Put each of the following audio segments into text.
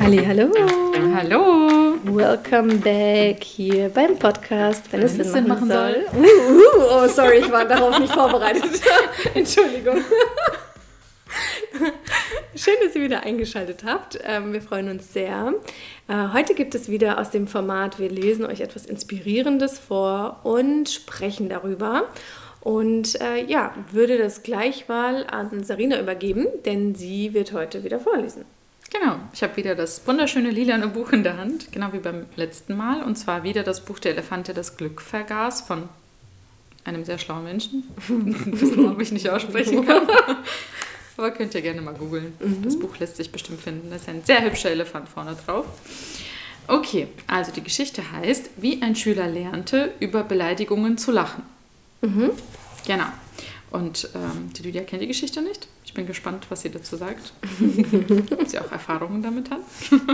Hallo. Hallo. Welcome back hier beim Podcast, wenn es Sinn machen soll. Oh, sorry, ich war darauf nicht vorbereitet. Entschuldigung. Schön, dass ihr wieder eingeschaltet habt. Wir freuen uns sehr. Heute gibt es wieder aus dem Format, wir lesen euch etwas Inspirierendes vor und sprechen darüber. Und würde das gleich mal an Sarina übergeben, denn sie wird heute wieder vorlesen. Genau, ich habe wieder das wunderschöne lilane Buch in der Hand, genau wie beim letzten Mal. Und zwar wieder das Buch Der Elefant, der das Glück vergaß, von einem sehr schlauen Menschen, dessen Namen ich nicht aussprechen kann. Aber könnt ihr gerne mal googeln. Das Buch lässt sich bestimmt finden. Da ist ein sehr hübscher Elefant vorne drauf. Okay, also die Geschichte heißt, wie ein Schüler lernte, über Beleidigungen zu lachen. Genau. Und die Lydia kennt die Geschichte nicht. Ich bin gespannt, was sie dazu sagt. Ob sie auch Erfahrungen damit hat.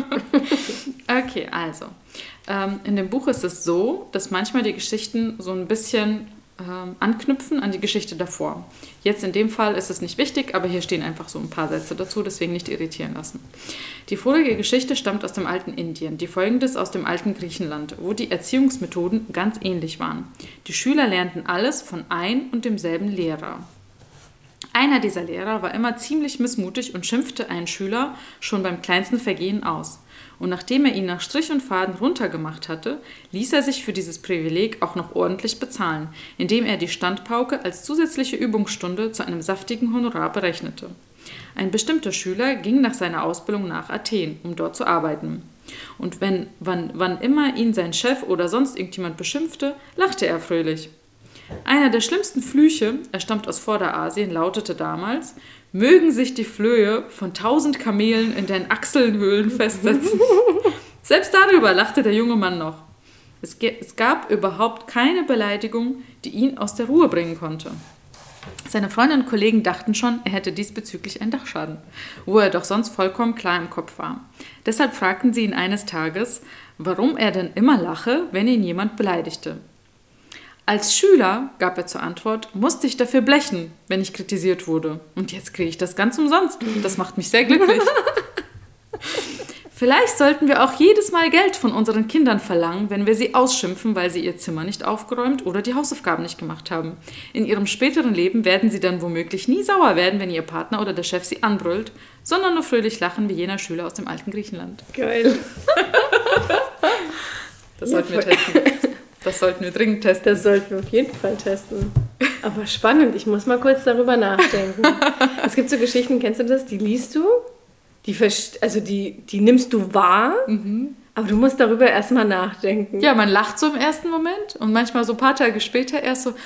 Okay, also. In dem Buch ist es so, dass manchmal die Geschichten so ein bisschen anknüpfen an die Geschichte davor. Jetzt in dem Fall ist es nicht wichtig, aber hier stehen einfach so ein paar Sätze dazu, deswegen nicht irritieren lassen. Die vorige Geschichte stammt aus dem alten Indien, die folgendes aus dem alten Griechenland, wo die Erziehungsmethoden ganz ähnlich waren. Die Schüler lernten alles von ein und demselben Lehrer. Einer dieser Lehrer war immer ziemlich missmutig und schimpfte einen Schüler schon beim kleinsten Vergehen aus. Und nachdem er ihn nach Strich und Faden runtergemacht hatte, ließ er sich für dieses Privileg auch noch ordentlich bezahlen, indem er die Standpauke als zusätzliche Übungsstunde zu einem saftigen Honorar berechnete. Ein bestimmter Schüler ging nach seiner Ausbildung nach Athen, um dort zu arbeiten. Und wann immer ihn sein Chef oder sonst irgendjemand beschimpfte, lachte er fröhlich. Einer der schlimmsten Flüche, er stammt aus Vorderasien, lautete damals: Mögen sich die Flöhe von 1000 Kamelen in den Achselhöhlen festsetzen. Selbst darüber lachte der junge Mann noch. Es gab überhaupt keine Beleidigung, die ihn aus der Ruhe bringen konnte. Seine Freunde und Kollegen dachten schon, er hätte diesbezüglich einen Dachschaden, wo er doch sonst vollkommen klar im Kopf war. Deshalb fragten sie ihn eines Tages, warum er denn immer lache, wenn ihn jemand beleidigte. Als Schüler, gab er zur Antwort, musste ich dafür blechen, wenn ich kritisiert wurde. Und jetzt kriege ich das ganz umsonst. Das macht mich sehr glücklich. Vielleicht sollten wir auch jedes Mal Geld von unseren Kindern verlangen, wenn wir sie ausschimpfen, weil sie ihr Zimmer nicht aufgeräumt oder die Hausaufgaben nicht gemacht haben. In ihrem späteren Leben werden sie dann womöglich nie sauer werden, wenn ihr Partner oder der Chef sie anbrüllt, sondern nur fröhlich lachen wie jener Schüler aus dem alten Griechenland. Geil. Das sollten wir testen. Das sollten wir dringend testen. Das sollten wir auf jeden Fall testen. Aber spannend, ich muss mal kurz darüber nachdenken. Es gibt so Geschichten, kennst du das? Die liest du, die nimmst du wahr, aber du musst darüber erstmal nachdenken. Ja, man lacht so im ersten Moment und manchmal so ein paar Tage später erst so,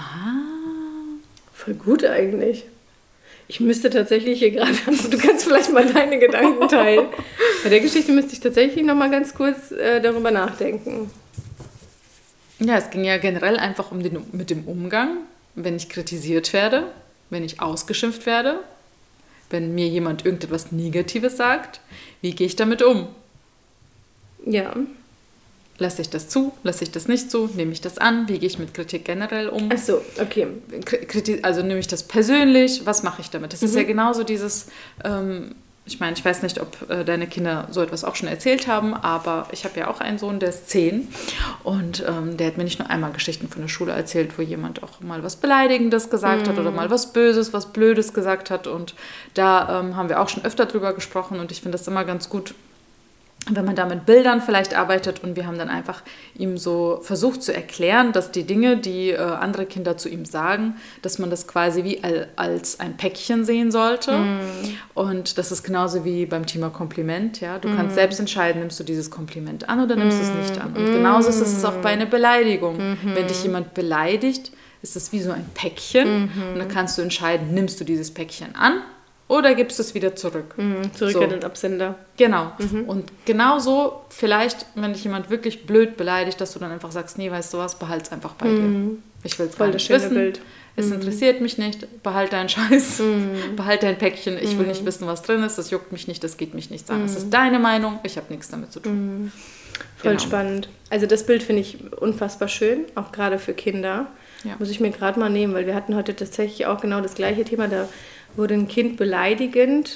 Voll gut eigentlich. Ich müsste tatsächlich hier gerade, du kannst vielleicht mal deine Gedanken teilen. Bei der Geschichte müsste ich tatsächlich noch mal ganz kurz darüber nachdenken. Ja, es ging ja generell einfach mit dem Umgang, wenn ich kritisiert werde, wenn ich ausgeschimpft werde, wenn mir jemand irgendetwas Negatives sagt, wie gehe ich damit um? Ja. Lasse ich das zu? Lasse ich das nicht zu? Nehme ich das an? Wie gehe ich mit Kritik generell um? Ach so, okay. Also nehme ich das persönlich? Was mache ich damit? Das ist ja genauso dieses... Ich meine, ich weiß nicht, ob deine Kinder so etwas auch schon erzählt haben, aber ich habe ja auch einen Sohn, der ist 10 und der hat mir nicht nur einmal Geschichten von der Schule erzählt, wo jemand auch mal was Beleidigendes gesagt hat oder mal was Böses, was Blödes gesagt hat und da haben wir auch schon öfter drüber gesprochen und ich finde das immer ganz gut, wenn man da mit Bildern vielleicht arbeitet und wir haben dann einfach ihm so versucht zu erklären, dass die Dinge, die andere Kinder zu ihm sagen, dass man das quasi wie als ein Päckchen sehen sollte. Und das ist genauso wie beim Thema Kompliment. Ja? Du kannst selbst entscheiden, nimmst du dieses Kompliment an oder nimmst du es nicht an. Und genauso ist es auch bei einer Beleidigung. Wenn dich jemand beleidigt, ist es wie so ein Päckchen und dann kannst du entscheiden, nimmst du dieses Päckchen an oder gibst du es wieder zurück. Zurück an den Absender. Genau. Und genauso vielleicht, wenn dich jemand wirklich blöd beleidigt, dass du dann einfach sagst, nee, weißt du was, behalte es einfach bei dir. Ich will es gar nicht wissen. Bild. Es interessiert mich nicht. Behalte deinen Scheiß. Behalte dein Päckchen. Ich will nicht wissen, was drin ist. Das juckt mich nicht, das geht mich nichts an. Es ist deine Meinung. Ich habe nichts damit zu tun. Voll spannend. Also das Bild finde ich unfassbar schön, auch gerade für Kinder. Ja. Muss ich mir gerade mal nehmen, weil wir hatten heute tatsächlich auch genau das gleiche Thema. Da wurde ein Kind beleidigend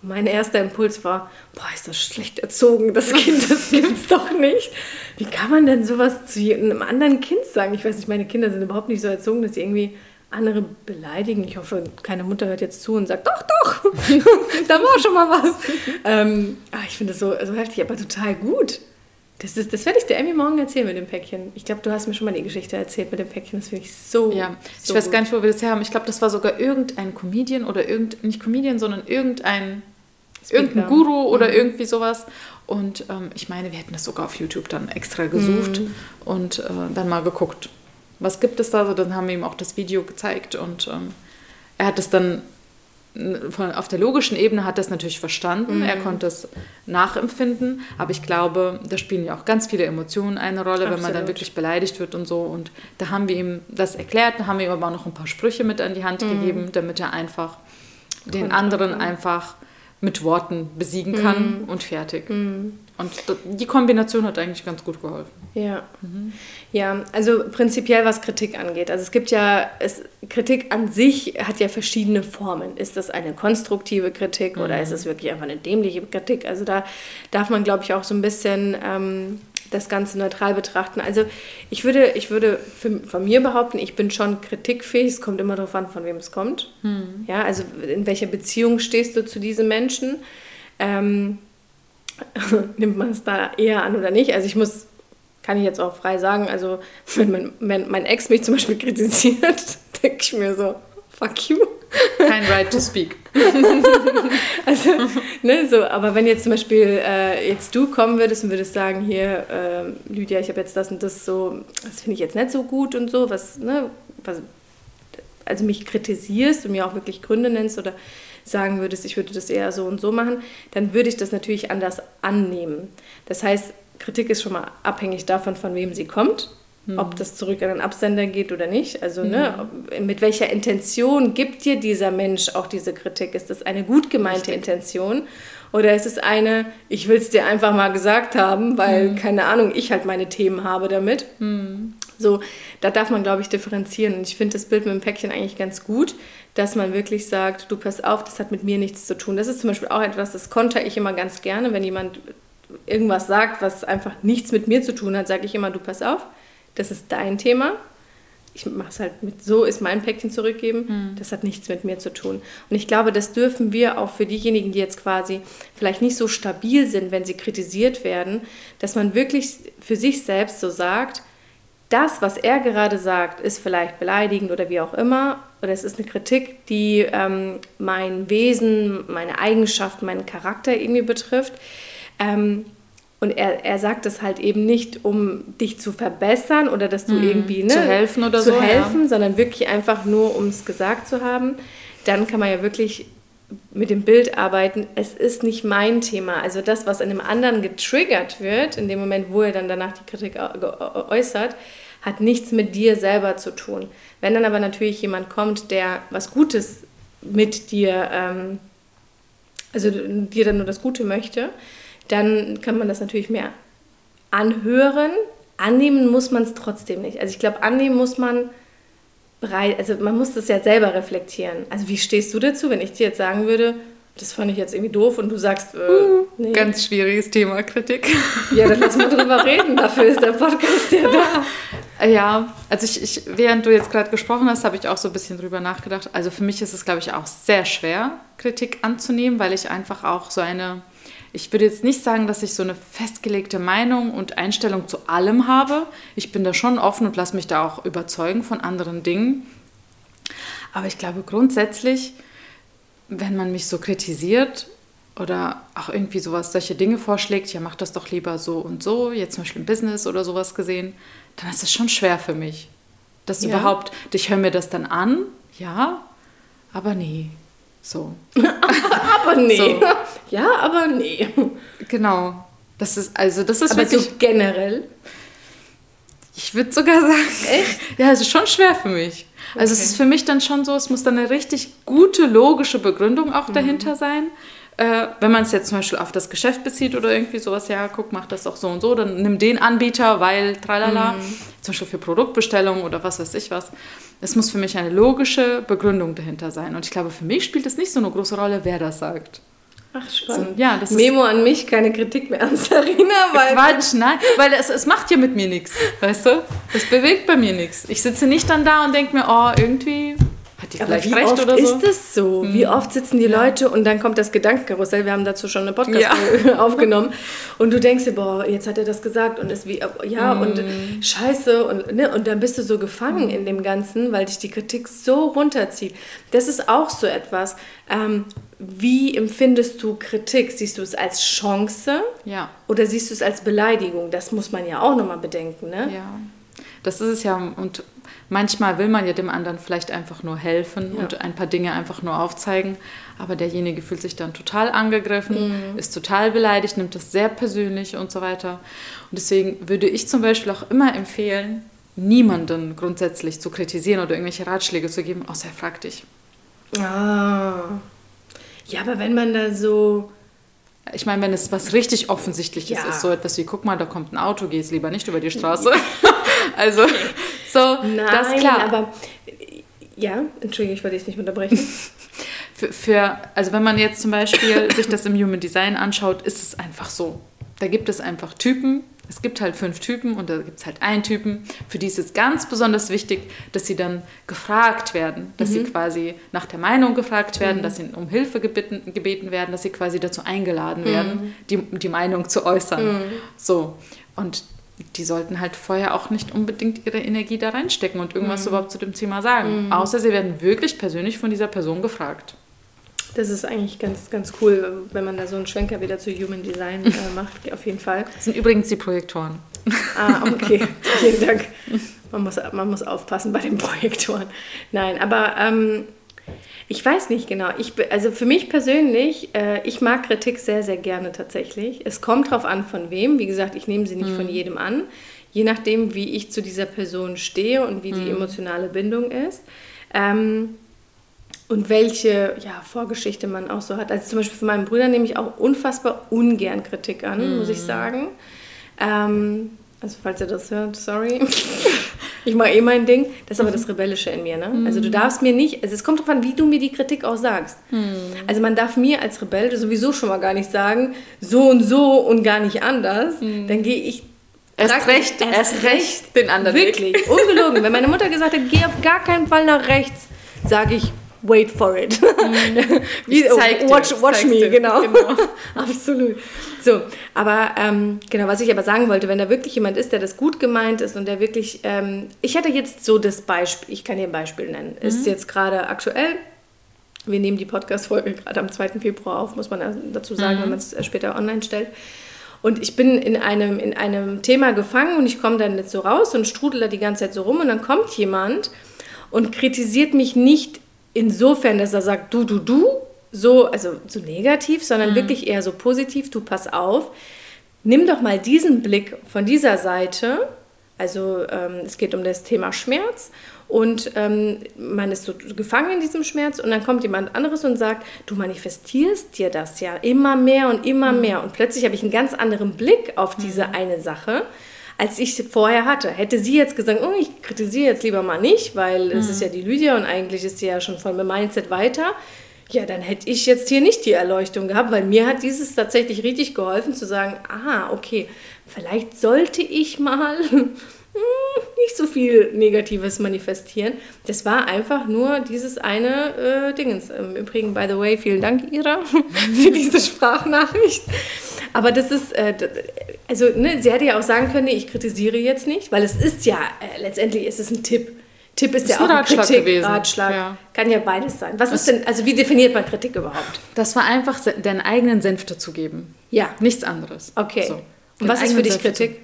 Mein erster Impuls war, boah, ist das schlecht erzogen, das Kind, das gibt's doch nicht. Wie kann man denn sowas zu einem anderen Kind sagen? Ich weiß nicht, meine Kinder sind überhaupt nicht so erzogen, dass sie irgendwie andere beleidigen. Ich hoffe, keine Mutter hört jetzt zu und sagt, doch, da war schon mal was. Ich finde das so heftig, aber total gut. Das werde ich dir irgendwie morgen erzählen mit dem Päckchen. Ich glaube, du hast mir schon mal die Geschichte erzählt mit dem Päckchen. Das finde ich so. Ja, ich weiß gar nicht, wo wir das her haben. Ich glaube, das war sogar irgendein Comedian oder nicht Comedian, sondern irgendein Guru oder irgendwie sowas. Und ich meine, wir hätten das sogar auf YouTube dann extra gesucht und dann mal geguckt, was gibt es da. Also dann haben wir ihm auch das Video gezeigt und er hat es dann auf der logischen Ebene hat er es natürlich verstanden, er konnte es nachempfinden, aber ich glaube, da spielen ja auch ganz viele Emotionen eine Rolle, wenn man dann wirklich beleidigt wird und so, und da haben wir ihm das erklärt, da haben wir ihm aber auch noch ein paar Sprüche mit an die Hand gegeben, damit er einfach den anderen einfach mit Worten besiegen kann und fertig. Und die Kombination hat eigentlich ganz gut geholfen. Ja. Ja, also prinzipiell, was Kritik angeht. Also es gibt ja, Kritik an sich hat ja verschiedene Formen. Ist das eine konstruktive Kritik oder ist es wirklich einfach eine dämliche Kritik? Also da darf man, glaube ich, auch so ein bisschen das Ganze neutral betrachten. Also ich würde von mir behaupten, ich bin schon kritikfähig. Es kommt immer darauf an, von wem es kommt. Ja, also in welcher Beziehung stehst du zu diesen Menschen? Nimmt man es da eher an oder nicht? Also kann ich jetzt auch frei sagen, also wenn mein Ex mich zum Beispiel kritisiert, denke ich mir so, fuck you. Kein right to speak. Also, ne, so, aber wenn jetzt zum Beispiel jetzt du kommen würdest und würdest sagen, hier, Lydia, ich habe jetzt das und das so, das finde ich jetzt nicht so gut und so, also mich kritisierst und mir auch wirklich Gründe nennst oder sagen würdest, ich würde das eher so und so machen, dann würde ich das natürlich anders annehmen. Das heißt, Kritik ist schon mal abhängig davon, von wem sie kommt, ob das zurück an den Absender geht oder nicht. Also mit welcher Intention gibt dir dieser Mensch auch diese Kritik? Ist das eine gut gemeinte Intention oder ist es eine, ich will es dir einfach mal gesagt haben, weil, keine Ahnung, ich halt meine Themen habe damit. So, da darf man, glaube ich, differenzieren. Und ich finde das Bild mit dem Päckchen eigentlich ganz gut, dass man wirklich sagt, du pass auf, das hat mit mir nichts zu tun. Das ist zum Beispiel auch etwas, das konter ich immer ganz gerne, wenn jemand irgendwas sagt, was einfach nichts mit mir zu tun hat, sage ich immer, du pass auf, das ist dein Thema. Ich mache es halt mit, so ist mein Päckchen zurückgeben, das hat nichts mit mir zu tun. Und ich glaube, das dürfen wir auch für diejenigen, die jetzt quasi vielleicht nicht so stabil sind, wenn sie kritisiert werden, dass man wirklich für sich selbst so sagt, das, was er gerade sagt, ist vielleicht beleidigend oder wie auch immer, oder es ist eine Kritik, die mein Wesen, meine Eigenschaften, meinen Charakter irgendwie betrifft. Und er sagt das halt eben nicht, um dich zu verbessern oder dass du irgendwie zu helfen oder so, sondern wirklich einfach nur, um es gesagt zu haben. Dann kann man ja wirklich mit dem Bild arbeiten. Es ist nicht mein Thema. Also das, was in einem anderen getriggert wird, in dem Moment, wo er dann danach die Kritik äußert, hat nichts mit dir selber zu tun. Wenn dann aber natürlich jemand kommt, der was Gutes mit dir, also dir dann nur das Gute möchte, dann kann man das natürlich mehr anhören. Annehmen muss man es trotzdem nicht. Also ich glaube, annehmen muss man also man muss das ja selber reflektieren. Also wie stehst du dazu, wenn ich dir jetzt sagen würde, das fand ich jetzt irgendwie doof und du sagst, nee. Ganz schwieriges Thema, Kritik. Ja, dann lass mal drüber reden, dafür ist der Podcast ja da. Ja, also ich während du jetzt gerade gesprochen hast, habe ich auch so ein bisschen drüber nachgedacht. Also für mich ist es, glaube ich, auch sehr schwer, Kritik anzunehmen, weil ich einfach auch ich würde jetzt nicht sagen, dass ich so eine festgelegte Meinung und Einstellung zu allem habe. Ich bin da schon offen und lasse mich da auch überzeugen von anderen Dingen. Aber ich glaube grundsätzlich, wenn man mich so kritisiert oder auch irgendwie solche Dinge vorschlägt, ja, mach das doch lieber so und so, jetzt zum Beispiel im Business oder sowas gesehen, dann ist es schon schwer für mich. Das überhaupt, ich höre mir das dann an, ja, aber nee. So. Aber nee. So. Ja, aber nee. Genau. Das ist aber wirklich so generell. Ich würde sogar sagen, echt? Ja, es ist schon schwer für mich. Okay. Also es ist für mich dann schon so, es muss dann eine richtig gute, logische Begründung auch dahinter sein. Wenn man es jetzt zum Beispiel auf das Geschäft bezieht oder irgendwie sowas, ja, guck, mach das doch so und so, dann nimm den Anbieter, weil tralala, zum Beispiel für Produktbestellungen oder was weiß ich was. Es muss für mich eine logische Begründung dahinter sein. Und ich glaube, für mich spielt es nicht so eine große Rolle, wer das sagt. Ach, spannend. So, ja, das Memo an mich, keine Kritik mehr an Sarina. Weil Quatsch, nein, weil es macht ja mit mir nichts, weißt du? Es bewegt bei mir nichts. Ich sitze nicht dann da und denke mir, oh, irgendwie hat die vielleicht recht oder so. Aber wie oft ist es so? Wie oft sitzen die Leute und dann kommt das Gedankenkarussell, wir haben dazu schon eine Podcast aufgenommen und du denkst dir, boah, jetzt hat er das gesagt und ist wie, und scheiße und dann bist du so gefangen in dem Ganzen, weil dich die Kritik so runterzieht. Das ist auch so etwas, wie empfindest du Kritik? Siehst du es als Chance oder siehst du es als Beleidigung? Das muss man ja auch nochmal bedenken, ne? Ja, das ist es ja. Und manchmal will man ja dem anderen vielleicht einfach nur helfen und ein paar Dinge einfach nur aufzeigen. Aber derjenige fühlt sich dann total angegriffen, ist total beleidigt, nimmt das sehr persönlich und so weiter. Und deswegen würde ich zum Beispiel auch immer empfehlen, niemanden grundsätzlich zu kritisieren oder irgendwelche Ratschläge zu geben, außer er fragt dich. Ja, aber wenn man da so... Ich meine, wenn es was richtig Offensichtliches ist, so etwas wie, guck mal, da kommt ein Auto, geh jetzt lieber nicht über die Straße. Also, so, nein, das ist klar. Aber, ja, Entschuldigung, ich wollte dich nicht unterbrechen. Also wenn man jetzt zum Beispiel sich das im Human Design anschaut, ist es einfach so. Da gibt es einfach Typen. Es gibt halt 5 Typen und da gibt es halt einen Typen. Für die ist es ganz besonders wichtig, dass sie dann gefragt werden, dass sie quasi nach der Meinung gefragt werden, dass sie um Hilfe gebeten werden, dass sie quasi dazu eingeladen werden, die Meinung zu äußern. So. Und die sollten halt vorher auch nicht unbedingt ihre Energie da reinstecken und irgendwas überhaupt zu dem Thema sagen. Außer sie werden wirklich persönlich von dieser Person gefragt. Das ist eigentlich ganz, ganz cool, wenn man da so einen Schwenker wieder zu Human Design macht, auf jeden Fall. Das sind übrigens die Projektoren. Okay, vielen Dank. Man muss aufpassen bei den Projektoren. Nein, aber ich weiß nicht genau. Also für mich persönlich, ich mag Kritik sehr, sehr gerne tatsächlich. Es kommt drauf an, von wem. Wie gesagt, ich nehme sie nicht von jedem an. Je nachdem, wie ich zu dieser Person stehe und wie die emotionale Bindung ist. Und welche Vorgeschichte man auch so hat. Also zum Beispiel von meinen Brüdern nehme ich auch unfassbar ungern Kritik an, muss ich sagen. Also falls ihr das hört, sorry. Ich mache mein Ding. Das ist aber das Rebellische in mir. Ne? Also du darfst mir nicht, also es kommt darauf an, wie du mir die Kritik auch sagst. Also man darf mir als Rebell sowieso schon mal gar nicht sagen, so und gar nicht anders. Dann gehe ich erst recht den anderen wirklich, Weg. Ungelogen. Wenn meine Mutter gesagt hat, geh auf gar keinen Fall nach rechts, sage ich, wait for it. Watch me, genau. Absolut. So, aber genau, was ich aber sagen wollte, wenn da wirklich jemand ist, der das gut gemeint ist und der wirklich, ich hatte jetzt so das Beispiel, ich kann dir ein Beispiel nennen, ist jetzt gerade aktuell, wir nehmen die Podcast-Folge gerade am 2. Februar auf, muss man dazu sagen, wenn man es später online stellt. Und ich bin in einem Thema gefangen und ich komme dann nicht so raus und strudel da die ganze Zeit so rum und dann kommt jemand und kritisiert mich nicht insofern, dass er sagt, du, so negativ, sondern wirklich eher so positiv, du pass auf, nimm doch mal diesen Blick von dieser Seite, also es geht um das Thema Schmerz und man ist so gefangen in diesem Schmerz und dann kommt jemand anderes und sagt, du manifestierst dir das ja immer mehr und plötzlich habe ich einen ganz anderen Blick auf diese eine Sache, als ich sie vorher hatte. Hätte sie jetzt gesagt, ich kritisiere jetzt lieber mal nicht, weil es ist ja die Lydia und eigentlich ist sie ja schon von meinem Mindset weiter, ja, dann hätte ich jetzt hier nicht die Erleuchtung gehabt, weil mir hat dieses tatsächlich richtig geholfen, zu sagen, okay, vielleicht sollte ich mal nicht so viel Negatives manifestieren. Das war einfach nur dieses eine Dingens. Im Übrigen, by the way, vielen Dank, Ira, für diese Sprachnachricht. Aber das ist, sie hätte ja auch sagen können, nee, ich kritisiere jetzt nicht, weil es ist ja, letztendlich ist es ein Tipp. Tipp ist ja auch ein Kritik, Ratschlag. Ja. Kann ja beides sein. Was ist denn, also wie definiert man Kritik überhaupt? Das war einfach, deinen eigenen Senf dazugeben. Ja. Nichts anderes. Okay. So. Und was ist für dich Kritik?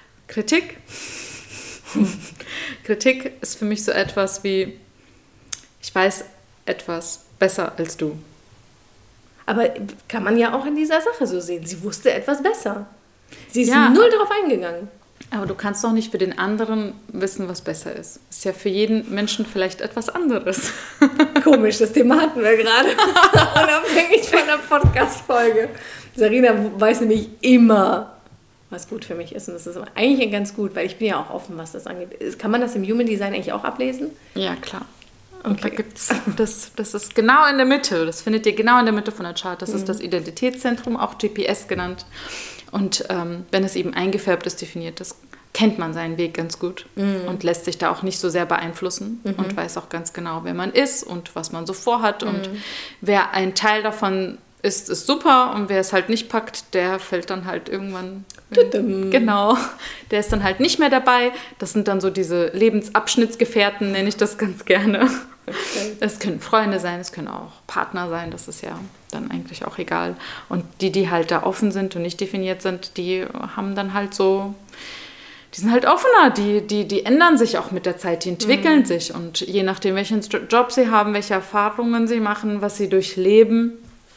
Kritik ist für mich so etwas wie, ich weiß etwas besser als du. Aber kann man ja auch in dieser Sache so sehen. Sie wusste etwas besser. Sie ist null darauf eingegangen. Aber du kannst doch nicht für den anderen wissen, was besser ist. Ist ja für jeden Menschen vielleicht etwas anderes. Komisch, das Thema hatten wir gerade. Unabhängig von der Podcast-Folge. Sarina weiß nämlich immer, was gut für mich ist. Und das ist eigentlich ganz gut, weil ich bin ja auch offen, was das angeht. Kann man das im Human Design eigentlich auch ablesen? Ja, klar. Und da gibt's das ist genau in der Mitte. Das findet ihr genau in der Mitte von der Chart. Das ist das Identitätszentrum, auch GPS genannt. Und wenn es eben eingefärbt ist, definiert, das kennt man seinen Weg ganz gut und lässt sich da auch nicht so sehr beeinflussen und weiß auch ganz genau, wer man ist und was man so vorhat. Und wer ein Teil davon ist super, und wer es halt nicht packt, der fällt dann halt irgendwann... Genau, der ist dann halt nicht mehr dabei. Das sind dann so diese Lebensabschnittsgefährten, nenne ich das ganz gerne. Okay. Es können Freunde sein, es können auch Partner sein, das ist ja dann eigentlich auch egal. Und die halt da offen sind und nicht definiert sind, die haben dann halt so... Die sind halt offener, die ändern sich auch mit der Zeit, die entwickeln sich. Und je nachdem, welchen Job sie haben, welche Erfahrungen sie machen, was sie durchleben,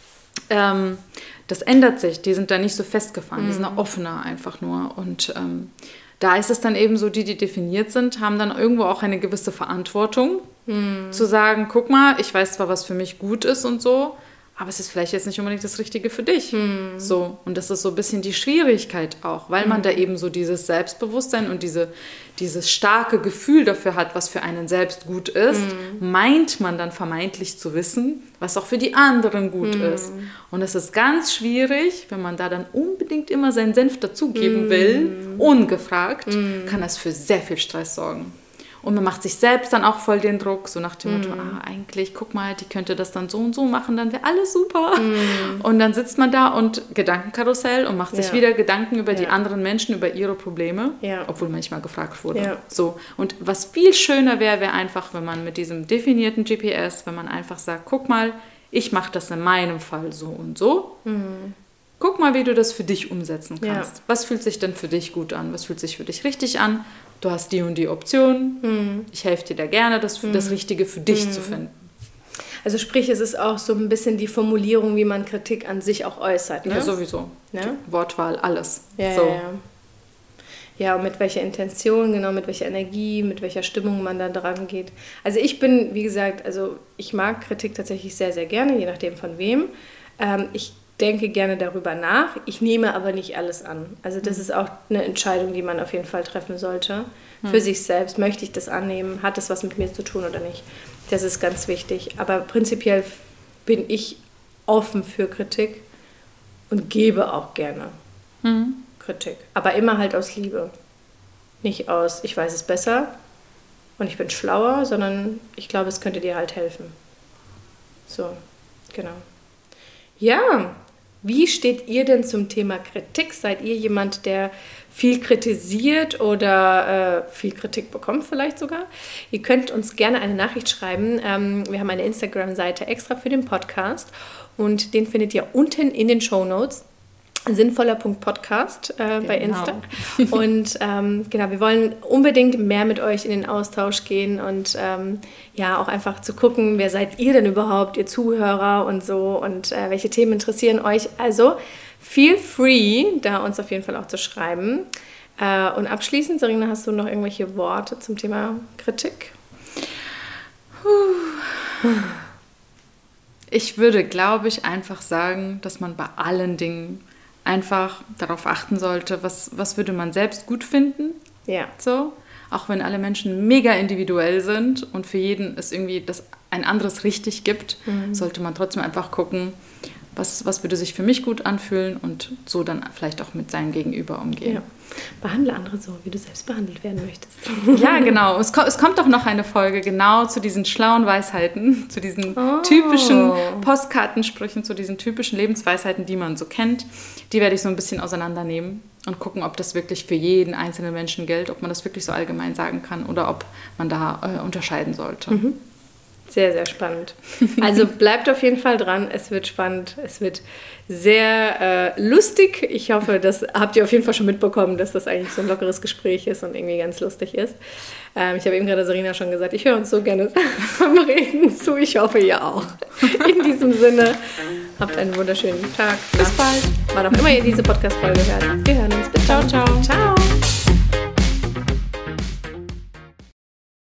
das ändert sich. Die sind da nicht so festgefahren, die sind da offener einfach nur. Und da ist es dann eben so, die definiert sind, haben dann irgendwo auch eine gewisse Verantwortung, zu sagen, guck mal, ich weiß zwar, was für mich gut ist und so, aber es ist vielleicht jetzt nicht unbedingt das Richtige für dich. So. Und das ist so ein bisschen die Schwierigkeit auch, weil man da eben so dieses Selbstbewusstsein und dieses starke Gefühl dafür hat, was für einen selbst gut ist, meint man dann vermeintlich zu wissen, was auch für die anderen gut ist. Und es ist ganz schwierig, wenn man da dann unbedingt immer seinen Senf dazugeben will, ungefragt, kann das für sehr viel Stress sorgen. Und man macht sich selbst dann auch voll den Druck, so nach dem Motto, eigentlich, guck mal, die könnte das dann so und so machen, dann wäre alles super. Und dann sitzt man da und Gedankenkarussell und macht sich wieder Gedanken über die anderen Menschen, über ihre Probleme, obwohl manchmal gefragt wurde. Ja. So. Und was viel schöner wäre einfach, wenn man mit diesem definierten GPS, wenn man einfach sagt, guck mal, ich mache das in meinem Fall so und so. Guck mal, wie du das für dich umsetzen kannst. Ja. Was fühlt sich denn für dich gut an? Was fühlt sich für dich richtig an? Du hast die und die Option. Ich helfe dir da gerne, das Richtige für dich zu finden. Also sprich, es ist auch so ein bisschen die Formulierung, wie man Kritik an sich auch äußert. Ne? Ja, sowieso. Ja? Wortwahl, alles. Ja, so. Ja, und mit welcher Intention, genau, mit welcher Energie, mit welcher Stimmung man da dran geht. Also ich bin, wie gesagt, ich mag Kritik tatsächlich sehr, sehr gerne, je nachdem von wem. Ich denke gerne darüber nach. Ich nehme aber nicht alles an. Also das ist auch eine Entscheidung, die man auf jeden Fall treffen sollte. Für sich selbst. Möchte ich das annehmen? Hat das was mit mir zu tun oder nicht? Das ist ganz wichtig. Aber prinzipiell bin ich offen für Kritik und gebe auch gerne Kritik. Aber immer halt aus Liebe. Nicht aus, ich weiß es besser und ich bin schlauer, sondern ich glaube, es könnte dir halt helfen. So, genau. Ja, wie steht ihr denn zum Thema Kritik? Seid ihr jemand, der viel kritisiert oder viel Kritik bekommt vielleicht sogar? Ihr könnt uns gerne eine Nachricht schreiben. Wir haben eine Instagram-Seite extra für den Podcast und den findet ihr unten in den Shownotes. Sinnvoller.podcast bei Insta. Und genau, wir wollen unbedingt mehr mit euch in den Austausch gehen und auch einfach zu gucken, wer seid ihr denn überhaupt, ihr Zuhörer und so und welche Themen interessieren euch. Also feel free, da uns auf jeden Fall auch zu schreiben. Und abschließend, Sarina, hast du noch irgendwelche Worte zum Thema Kritik? Ich würde, glaube ich, einfach sagen, dass man bei allen Dingen einfach darauf achten sollte, was würde man selbst gut finden. Ja. So, auch wenn alle Menschen mega individuell sind und für jeden es irgendwie ein anderes richtig gibt, sollte man trotzdem einfach gucken, was würde sich für mich gut anfühlen und so dann vielleicht auch mit seinem Gegenüber umgehen. Ja. Behandle andere so, wie du selbst behandelt werden möchtest. Ja, genau. Es kommt doch noch eine Folge genau zu diesen schlauen Weisheiten, zu diesen typischen Postkartensprüchen, zu diesen typischen Lebensweisheiten, die man so kennt. Die werde ich so ein bisschen auseinandernehmen und gucken, ob das wirklich für jeden einzelnen Menschen gilt, ob man das wirklich so allgemein sagen kann oder ob man da unterscheiden sollte. Sehr, sehr spannend. Also bleibt auf jeden Fall dran. Es wird spannend. Es wird sehr lustig. Ich hoffe, das habt ihr auf jeden Fall schon mitbekommen, dass das eigentlich so ein lockeres Gespräch ist und irgendwie ganz lustig ist. Ich habe eben gerade Sarina schon gesagt, ich höre uns so gerne beim Reden zu. Ich hoffe, ihr auch. In diesem Sinne, habt einen wunderschönen Tag. Bis bald. Wann auch immer ihr diese Podcast-Folge hört. Wir hören uns. Bis dann. Ciao, ciao. Ciao.